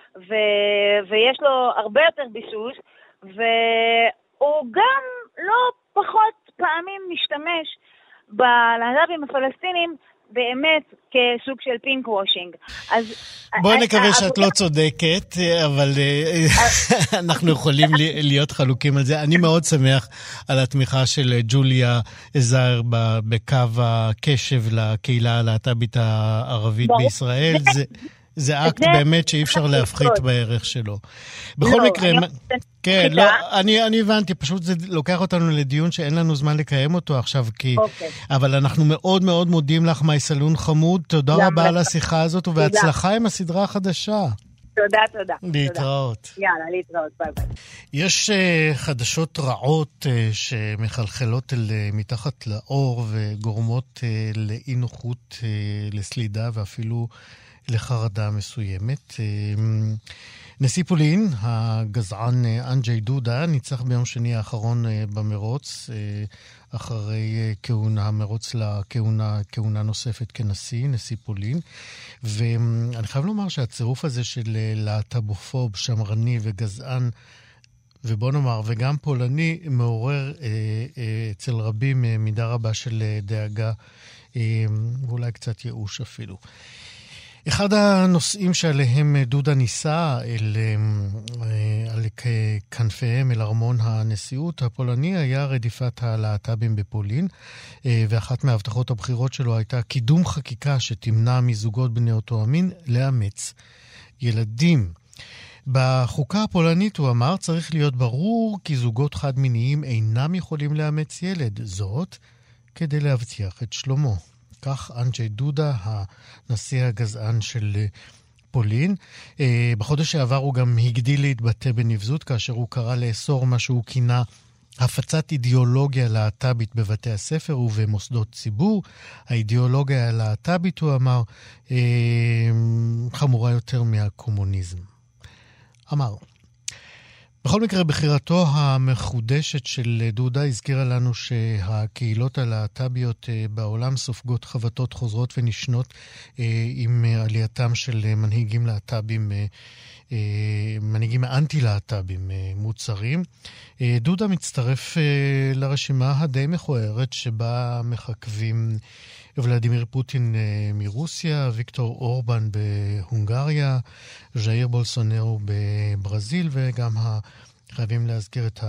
ויש לו הרבה יותר ביסוס, והוא גם לא פחות פעמים משתמש בלהט"בים הפלסטינים באמת כסוג של פינק וושינג. בואי נקווה שאת לא צודקת, אבל אנחנו יכולים להיות חלוקים על זה. אני מאוד שמח על התמיכה של ג'וליה זהר בקו הקשב לקהילה הלהט"בית הערבית בישראל. זה אקט באמת שאי אפשר להפחית בערך שלו. בכל מקרה, כן, לא, אני הבנתי, פשוט זה לוקח אותנו לדיון שאין לנו זמן לקיים אותו עכשיו, אבל אנחנו מאוד מאוד מודים לך, מייסלון חמוד, תודה רבה על השיחה הזאת, ובהצלחה עם הסדרה החדשה. תודה. להתראות. יאללה, להתראות, ביי ביי. יש חדשות רעות שמחלחלות מתחת לאור, וגורמות לאי נוחות, לסלידה, ואפילו לחרדה מסוימת. נשיא פולין, הגזען אנג'י דודה, ניצח ביום שני האחרון במרוץ, אחרי מרוץ לכהונה נוספת נשיא פולין. ואני חייב לומר שהצירוף הזה של להט"בופוב, שמרני וגזען, ובוא נאמר, וגם פולני, מעורר אצל רבים מידה רבה של דאגה, ואולי קצת ייאוש אפילו. אחד הנושאים שעליהם דודה ניסה על כנפיהם אל ארמון הנשיאות הפולני היה רדיפת הלהט"בים בפולין, ואחת מההבטחות הבחירות שלו הייתה קידום חקיקה שתמנע מזוגות בני אותו המין לאמץ ילדים. בחוקה הפולנית, הוא אמר, צריך להיות ברור כי זוגות חד-מיניים אינם יכולים לאמץ ילד, זאת כדי להבטיח את שלומו. כך אנג'י דודה, הנשיא הגזען של פולין. בחודש שעבר הוא גם הגדיל להתבטא בנבזות, כאשר הוא קרא לאסור מה שהוא כינה הפצת אידיאולוגיה להט"בית בבתי הספר ובמוסדות ציבור. האידיאולוגיה הלהט"בית, הוא אמר, חמורה יותר מהקומוניזם. אמר. בכל מקרה, בחירתו המחודשת של דודה הזכירה לנו שהקהילות הלהט"ביות בעולם סופגות חבטות חוזרות ונשנות עם עלייתם של מנהיגים להט"בים, מנהיגים אנטי-להט"בים מוצרים. דודה מצטרף לרשימה הדי מכוערת שבה מחכבים ולדימיר פוטין מרוסיה, ויקטור אורבן בהונגריה, ז'איר בולסונרו בברזיל, וגם חייבים להזכיר את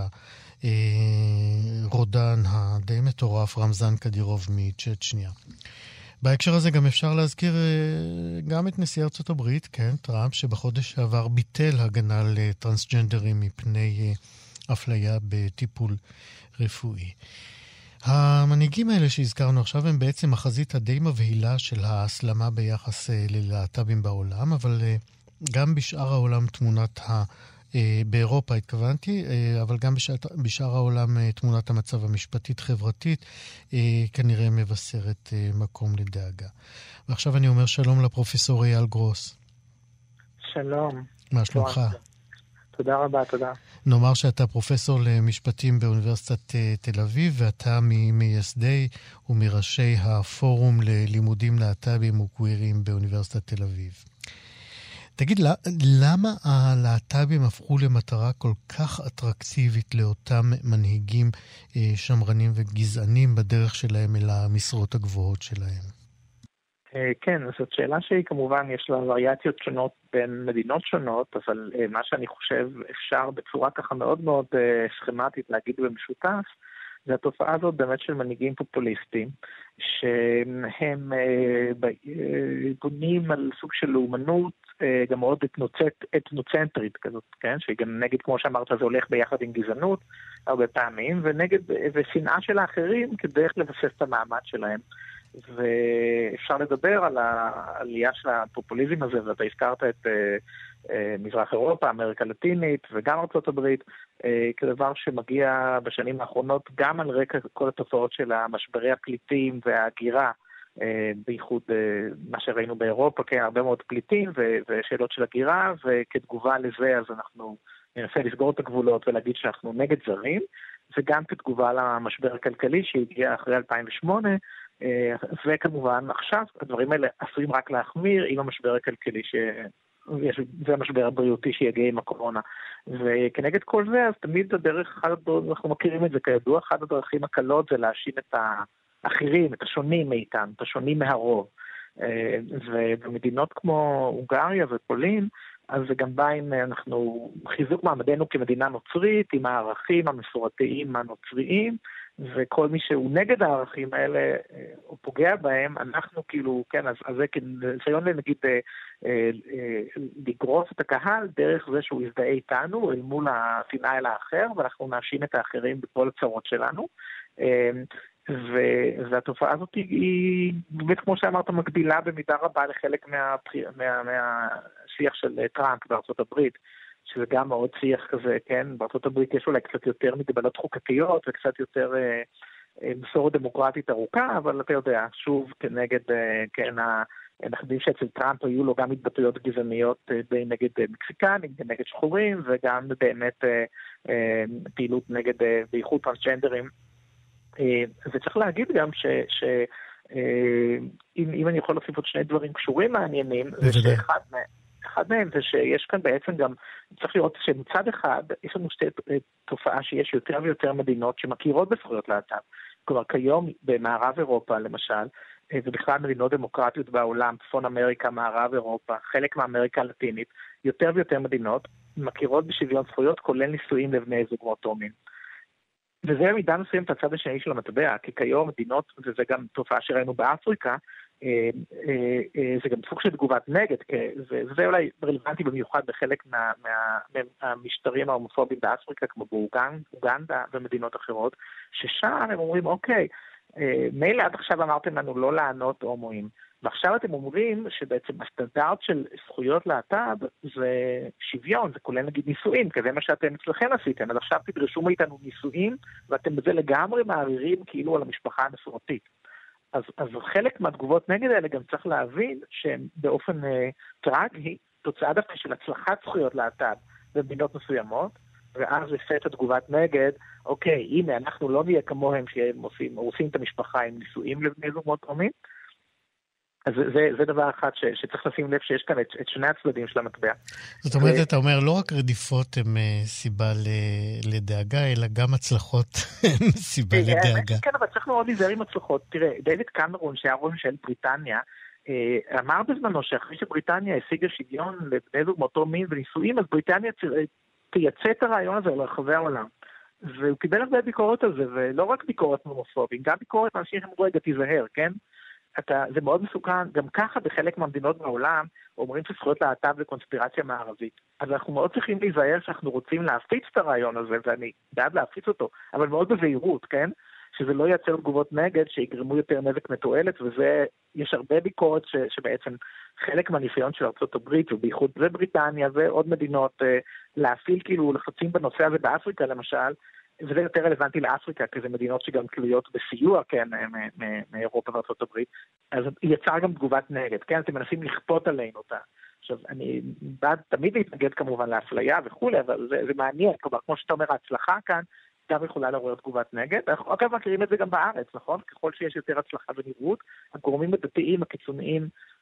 הרודן הדי מטורף רמזן קדירוב מצ'צ'ניה. בהקשר הזה גם אפשר להזכיר גם את נשיא ארצות הברית, כן, טראמפ, שבחודש שעבר ביטל הגנה לטרנסג'נדרים מפני אפליה בטיפול רפואי. המנהיגים האלה שהזכרנו עכשיו הם בעצם החזית הדי מבהילה של ההסלמה ביחס ללהט"בים בעולם, אבל גם בשאר העולם באירופה התכוונתי, אבל גם בשאר העולם תמונת המצב המשפטית-חברתית כנראה מבשרת מקום לדאגה. ועכשיו אני אומר שלום לפרופסור אייל גרוס. שלום. מה שלומך? תודה רבה, תודה. נאמר שאתה פרופסור למשפטים באוניברסיטת תל אביב, ואתה ממייסדי ומראשי הפורום ללימודים להט"בים וקווירים באוניברסיטת תל אביב. תגיד, למה הלהט"בים הפכו למטרה כל כך אטרקטיבית לאותם מנהיגים שמרנים וגזענים בדרך שלהם אל המשרות הגבוהות שלהם? כן, זאת שאלה שהיא כמובן יש לה וריאציות שונות בין מדינות שונות, אבל מה שאני חושב אפשר בצורה ככה מאוד מאוד סכמטית להגיד במשותף, זה התופעה הזאת באמת של מנהיגים פופוליסטים, שהם בונים על סוג של לאומנות, גם מאוד אתנוצנטרית כזאת, כן? שגם נגד, כמו שאמרת, זה הולך ביחד עם גזענות הרבה פעמים, ושנאה של האחרים כדרך לבסס את המעמד שלהם. ואפשר לדבר על העלייה של הפופוליזם הזה, ואתה הזכרת את מזרח אירופה, אמריקה לטינית וגם ארצות הברית, כדבר שמגיע בשנים האחרונות גם על רקע כל התופעות של המשברי הפליטים וההגירה, בייחוד מה שראינו באירופה, כן, הרבה מאוד פליטים ושאלות של הגירה, וכתגובה לזה אז אנחנו ננסה לסגור את הגבולות ולהגיד שאנחנו נגד זרים, וגם כתגובה למשבר הכלכלי שהגיע אחרי 2008, וכמובן עכשיו הדברים האלה עשויים רק להחמיר עם המשבר הכלכלי והמשבר הבריאותי שיגיע עם הקורונה. וכנגד כל זה, אז תמיד הדרך, אנחנו מכירים את זה כידוע, אחת הדרכים הקלות זה להאשים את האחרים, את השונים מאיתם, את השונים מהרוב. ובמדינות כמו הונגריה ופולין, אז זה גם בא עם חיזוק מעמדנו כמדינה נוצרית, עם הערכים המסורתיים הנוצריים, וכל מי שהוא נגד הערכים האלה, הוא פוגע בהם, אנחנו כאילו, כן, אז זה ניסיון נגיד לגרוף את הקהל דרך זה שהוא יזדהה איתנו, אל מול השנאה אל האחר, ואנחנו נאשים את האחרים בכל הצרות שלנו. והתופעה הזאת היא באמת, כמו שאמרת, מקבילה במידה רבה לחלק מהשיח של טראמפ בארצות הברית, שזה גם מאוד שיח כזה, כן, בארצות הברית יש אולי קצת יותר מגבלות חוקתיות וקצת יותר מסורת דמוקרטית ארוכה, אבל אתה יודע, שוב כנגד, כן, אנחנו יודעים שאצל טראמפ היו לו גם התבטאויות גזעניות נגד מקסיקנים, נגד שחורים, וגם באמת פעילות נגד בייחוד טרנסג'נדרים. וצריך להגיד גם אם אני יכול להוסיף עוד שני דברים קשורים מעניינים, זה אחד מהם זה שיש כאן בעצם גם, צריך לראות שמצד אחד יש לנו תופעה שיש יותר ויותר מדינות שמכירות בזכויות להט"ב. כלומר, כיום במערב אירופה למשל, ובכלל מדינות דמוקרטיות בעולם, צפון אמריקה, מערב אירופה, חלק מאמריקה הלטינית, יותר ויותר מדינות מכירות בשוויון זכויות, כולל נישואים לבני זוג מאותו מין. וזה במידה מסוימת הצד השני של המטבע, כי כיום מדינות, וזה גם תופעה שראינו באפריקה, זה גם סוג של תגובת נגד, וזה אולי רלוונטי במיוחד בחלק מהמשטרים ההומופובים באפריקה, כמו באוגנדה ומדינות אחרות, ששם הם אומרים, אוקיי, מילא עד עכשיו אמרתם לנו לא לענות הומואים, ועכשיו אתם אומרים שבעצם הסטנדרט של זכויות להט"ב זה שוויון, זה כולל נגיד נישואים, כי זה מה שאתם אצלכם עשיתם, אז עכשיו תדרשו מאיתנו נישואים, ואתם בזה לגמרי מערירים כאילו על המשפחה המסורתית. אז חלק מהתגובות נגד האלה גם צריך להבין שהם באופן טרגי, תוצאה דווקא של הצלחת זכויות להט"ב במדינות מסוימות, ואז זה את התגובת נגד, אוקיי, הנה, אנחנו לא נהיה כמוהם שהם עושים את המשפחה עם נישואים לבני זוג מאותו מין. אז זה דבר אחד שצריך לשים לב שיש כאן את שני הצדדים של המטבע. זאת אומרת, אתה אומר, לא רק רדיפות הם סיבה לדאגה, אלא גם הצלחות הם סיבה לדאגה. כן, אבל צריכנו עוד להיזהר עם הצלחות. תראה, דיוויד קמרון, שהיה ראש ממשלת בריטניה, אמר בזמנו שאחרי שבריטניה השיגה שוויון לבני זוג מאותו מין ונישואים, אז בריטניה תייצא את הרעיון הזה לרחבי העולם. והוא קיבל הרבה ביקורת על זה, ולא רק ביקורת הומופובית, גם ביקורת אנשים שאומרים, רגע, תיזהר, כן? זה מאוד מסוכן, גם ככה בחלק מהמדינות בעולם אומרים שזכויות להט"ב זה קונספירציה מערבית. אז אנחנו מאוד צריכים להיזהר שאנחנו רוצים להפיץ את הרעיון הזה, ואני בעד להפיץ אותו, אבל מאוד בזהירות, כן? שזה לא ייצר תגובות נגד שיגרמו יותר נזק מתועלת, וזה, יש הרבה ביקורת שבעצם חלק מהניסיון של ארצות הברית, ובייחוד זה בריטניה ועוד מדינות, להפעיל כאילו לחצים בנושא הזה באפריקה למשל, וזה יותר רלוונטי לאפריקה, כי זה מדינות שגם תלויות בסיוע, כן, מאירופה וארצות הברית, אז יצר גם תגובת נגד, כן, אתם מנסים לכפות עלינו אותה. עכשיו, אני בעד תמיד להתנגד כמובן לאפליה וכולי, אבל זה מעניין, כלומר, כמו שאתה אומר, ההצלחה כאן, גם יכולה לעורר תגובת נגד, אנחנו אגב מכירים את זה גם בארץ, נכון? ככל שיש יותר הצלחה ונראות, הגורמים הדתיים, הקיצוניים,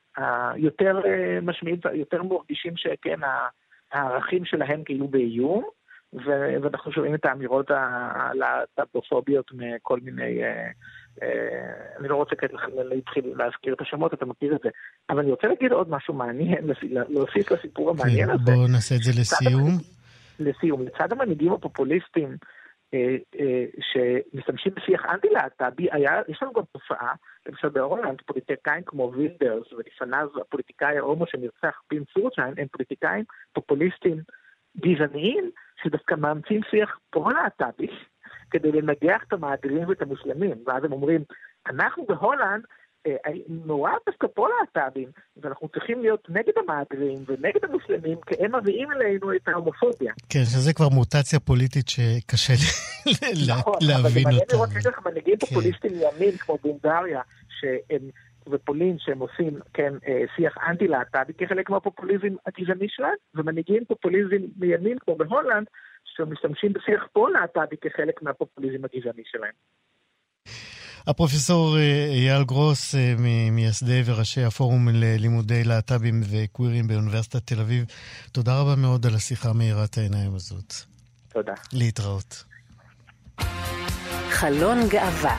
יותר משמיעים, יותר מרגישים שכן, הערכים שלהם כאילו באיום, ואנחנו שומעים את האמירות הלהט"בופוביות מכל מיני, אני לא רוצה להתחיל להזכיר את השמות, אתה מכיר את זה, אבל אני רוצה להגיד עוד משהו מעניין, להוסיף לסיפור המעניין הזה. בואו נעשה את זה לסיום. לצד המנהיגים הפופוליסטים, שמשתמשים בשיח אנטי-להט"בי, יש לנו גם תופעה, למשל בהולנד, פוליטיקאים כמו וילדרס, ולפניו הפוליטיקאי ההומו שנרצח פין פורצ'יין, הם פוליטיקאים פופוליסטים גזעניים, שדווקא מאמצים שיח פרו-להט"בי, כדי לנגח את המהגרים ואת המוסלמים, ואז הם אומרים, אנחנו בהולנד, נורא דווקא פרו-להט"בים, ואנחנו צריכים להיות נגד המהגרים ונגד המוסלמים, כי הם מביאים אלינו את ההומופוביה. כן, שזה כבר מוטציה פוליטית שקשה להבין אותה. אבל אני רוצה לך מנהיגים פופוליסטים ימין, כמו בונגריה, ופולין, שהם עושים, כן, שיח אנטי-להט"בי, כחלק מהפופוליזם הגזעני שלהם, ומנהיגים פופוליזם מימין, כמו בהולנד, שמשתמשים בשיח פרו-להט"בי כחלק מהפופוליזם הגזעני שלהם. הפרופסור אייל גרוס, ממייסדי וראשי הפורום ללימודי להט"בים וקווירים באוניברסיטת תל אביב, תודה רבה מאוד על השיחה מהירת העיניים הזאת. תודה. להתראות. חלון גאווה.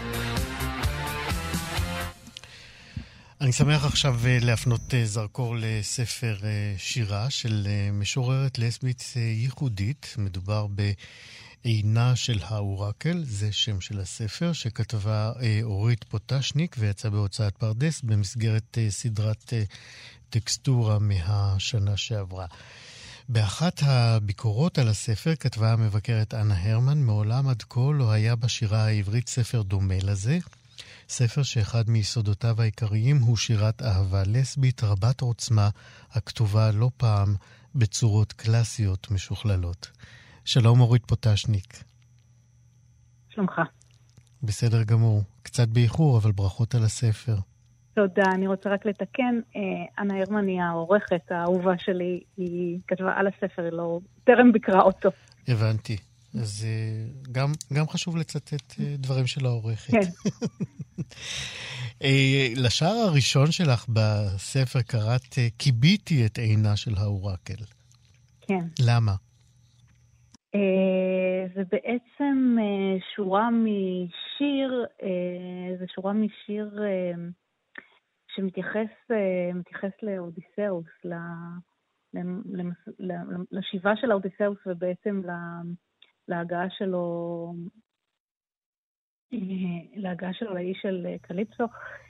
אני שמח עכשיו להפנות זרקור לספר שירה של משוררת לסבית ייחודית. מדובר בעינה של האורקל, זה שם של הספר, שכתבה אורית פוטשניק ויצא בהוצאת פרדס במסגרת סדרת טקסטורה מהשנה שעברה. באחת הביקורות על הספר כתבה המבקרת אנה הרמן, מעולם עד כה לא היה בשירה העברית ספר דומה לזה. ספר שאחד מיסודותיו העיקריים הוא שירת אהבה לסבית רבת עוצמה, הכתובה לא פעם בצורות קלאסיות משוכללות. שלום אורית פוטשניק. שלומך. בסדר גמור. קצת באיחור, אבל ברכות על הספר. תודה. אני רוצה רק לתקן. אנה הרמן היא העורכת האהובה שלי. היא כתבה על הספר, היא לא טרם ביקרה אותו. הבנתי. אז גם חשוב לצטט דברים של העורכת. כן. לשער הראשון שלך בספר קראת קיביתי את עינה של האורקל. כן. למה? זה בעצם שורה משיר, זה שורה משיר שמתייחס לאודיסאוס, לשיבה של האודיסאוס ובעצם להגעה שלו לאיש של קליפסו,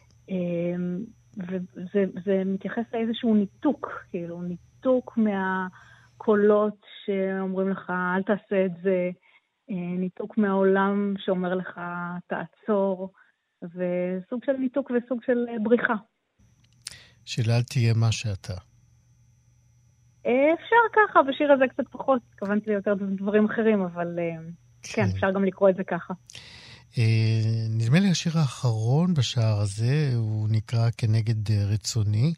וזה מתייחס לאיזשהו ניתוק, כאילו ניתוק מהקולות שאומרים לך אל תעשה את זה, ניתוק מהעולם שאומר לך תעצור, וסוג של ניתוק וסוג של בריחה. שאל תהיה מה שאתה. אפשר ככה, בשיר הזה קצת פחות, התכוונתי לי יותר דברים אחרים, אבל כן, אפשר גם לקרוא את זה ככה. נדמה לי השיר האחרון בשער הזה, הוא נקרא כנגד רצוני,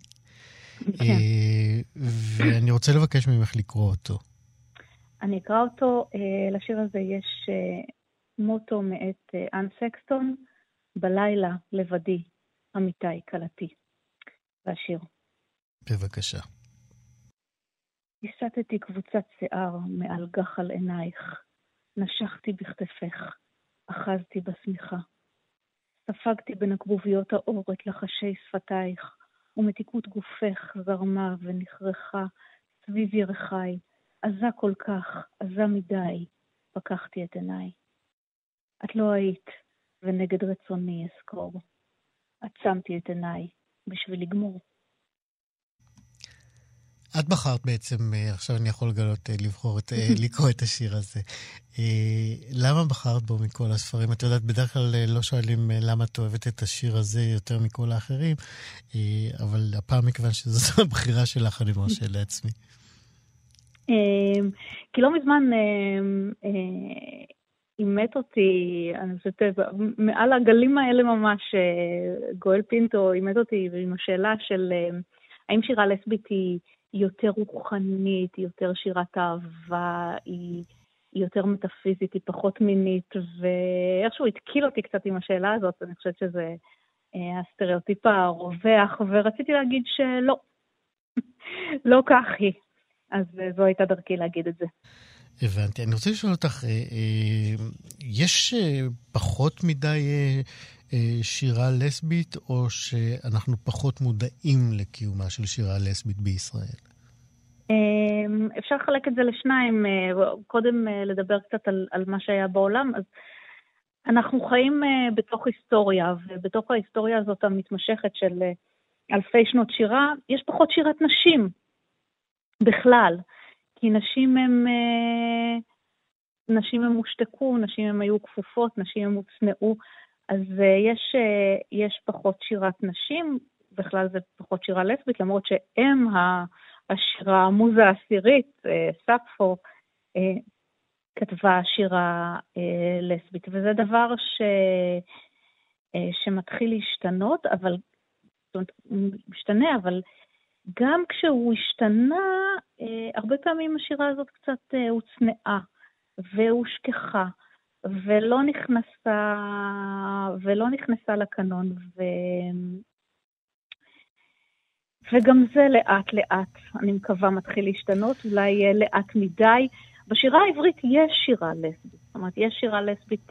ואני רוצה לבקש ממך לקרוא אותו. אני אקרא אותו, לשיר הזה יש מוטו מאת אן סקסטון, בלילה לבדי, אמיתי קלתי. והשיר. בבקשה. הסתתי קבוצת שיער מעל גחל עינייך, נשכתי בכתפך, אחזתי בשמיכה. ספגתי בנקבוביות האור את לחשי שפתייך, ומתיקות גופך זרמה ונחרכה סביב ירחי, עזה כל כך, עזה מדי, פקחתי את עיניי. את לא היית, ונגד רצוני אזכור. עצמתי את עיניי בשביל לגמור. את בחרת בעצם, עכשיו אני יכול לקרוא את השיר הזה. למה בחרת בו מכל הספרים? את יודעת, בדרך כלל לא שואלים למה את אוהבת את השיר הזה יותר מכל האחרים, אבל הפעם מכיוון שזו הבחירה שלך, אני מרשה לעצמי. כי לא מזמן אימת אותי, אני חושבת, מעל הגלים האלה ממש, גואל פינטו אימת אותי עם השאלה של האם שירה לסבית היא יותר רוחנית, היא יותר שירת אהבה, היא יותר מטאפיזית, היא פחות מינית, ואיכשהו התקיל אותי קצת עם השאלה הזאת, אני חושבת שזה הסטריאוטיפ הרווח, ורציתי להגיד שלא, לא כך היא. אז זו הייתה דרכי להגיד את זה. הבנתי. אני רוצה לשאול אותך, יש פחות מדי שירה לסבית, או שאנחנו פחות מודעים לקיומה של שירה לסבית בישראל? אפשר לחלק את זה לשניים. קודם לדבר קצת על מה שהיה בעולם. אז אנחנו חיים בתוך היסטוריה, ובתוך ההיסטוריה הזאת המתמשכת של אלפי שנות שירה, יש פחות שירת נשים בכלל. כי נשים הם הושתקו, נשים הם היו כפופות, נשים הם הוצנעו, אז יש פחות שירת נשים, בכלל זה פחות שירה לסבית, למרות שהם השירה, המוזה העשירית, ספפו, כתבה שירה לסבית, וזה דבר שמתחיל להשתנות, אבל, זאת אומרת, משתנה, אבל גם כשהוא השתנה, הרבה פעמים השירה הזאת קצת הוצנעה והושכחה, ולא נכנסה לקנון, וגם זה לאט לאט, אני מקווה, מתחיל להשתנות, אולי לאט מדי. בשירה העברית יש שירה לסבית, זאת אומרת, יש שירה לסבית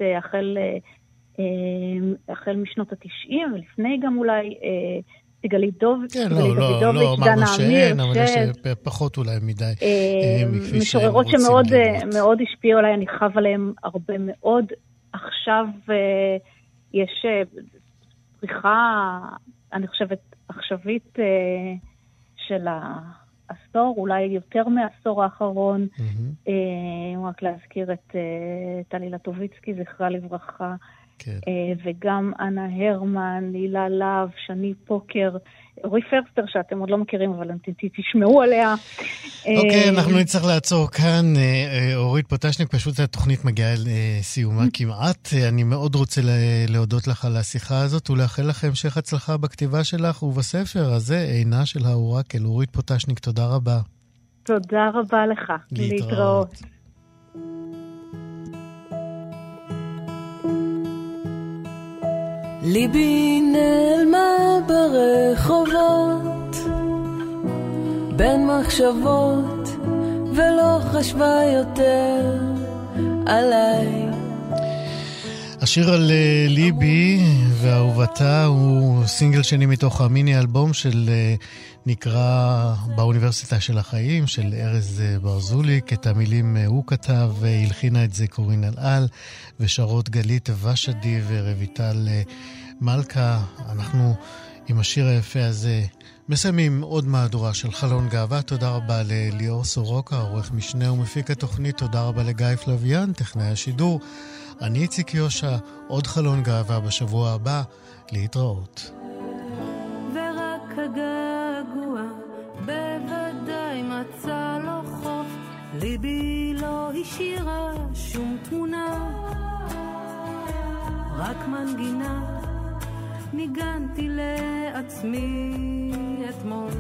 החל משנות ה-90, ולפני גם אולי סיגלית דוביץ', דנה אמיר, אבל יש פחות אולי מדי. משוררות שמאוד השפיעו עליי, אני חייב עליהם הרבה מאוד. עכשיו יש פריחה, אני חושבת, עכשווית של העשור, אולי יותר מהעשור האחרון, רק להזכיר את טלי לטוביצקי, זכרה לברכה, וגם אנה הרמן, לילה לב, שני פוקר, אורי פרסטר, שאתם עוד לא מכירים, אבל תשמעו עליה. אוקיי, אנחנו נצטרך לעצור כאן. אורית פוטשניק, פשוט התוכנית מגיעה לסיומה כמעט. אני מאוד רוצה להודות לך על השיחה הזאת, ולאחל לכם המשך הצלחה בכתיבה שלך ובספר הזה, עינה של האורקל. אורית פוטשניק, תודה רבה. תודה רבה לך. להתראות. ליבי נעלמה ברחובות בין מחשבות ולא חשבה יותר עליי. השיר על ליבי ואהובתה הוא סינגל שני מתוך המיני אלבום של נקרא באוניברסיטה של החיים של ארז ברזוליק. את המילים הוא כתב, הלחינה את זה קורין אלעל ושרות גלית ושדי ורביטל מלכה. אנחנו עם השיר היפה הזה מסיימים עוד מהדורה של חלון גאווה. תודה רבה לליאור סורוקה, עורך משנה ומפיק התוכנית. תודה רבה לגיא פלוויאן, טכנאי השידור. אני איציק יושע, עוד חלון גאווה בשבוע הבא. להתראות. ורק הגעגוע בוודאי מצא לו חוף, ליבי לא השאירה שום תמונה, רק מנגינה ניגנתי לעצמי אתמול.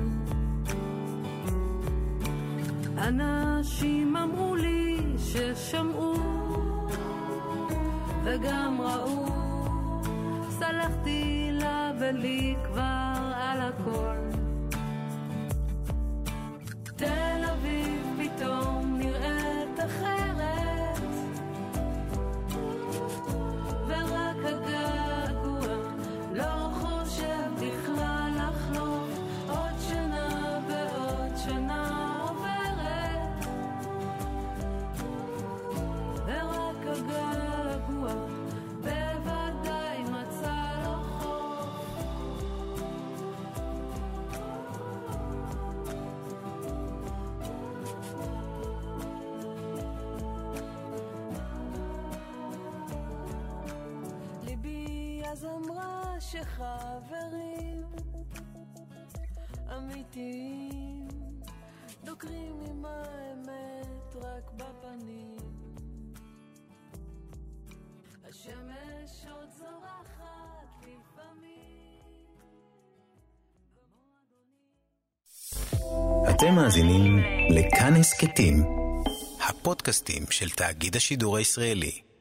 אנשים אמרו לי ששמעו וגם ראו, סלחתי לה ולי כבר על הכל. תל אביב פתאום נראית אחרת, ורק הגעגוע לא חושב בכלל לחלוף. עוד שנה ועוד שנה עוברת, ורק הגעגוע בוודאי מצא לו חוף. ליבי אז אמרה שחברים אמיתיים דוקרים עם האמת רק בפנים. השמש עוד זורחת לפעמים. אתם מאזינים לכאן הסכתים, הפודקאסטים של תאגיד השידור הישראלי.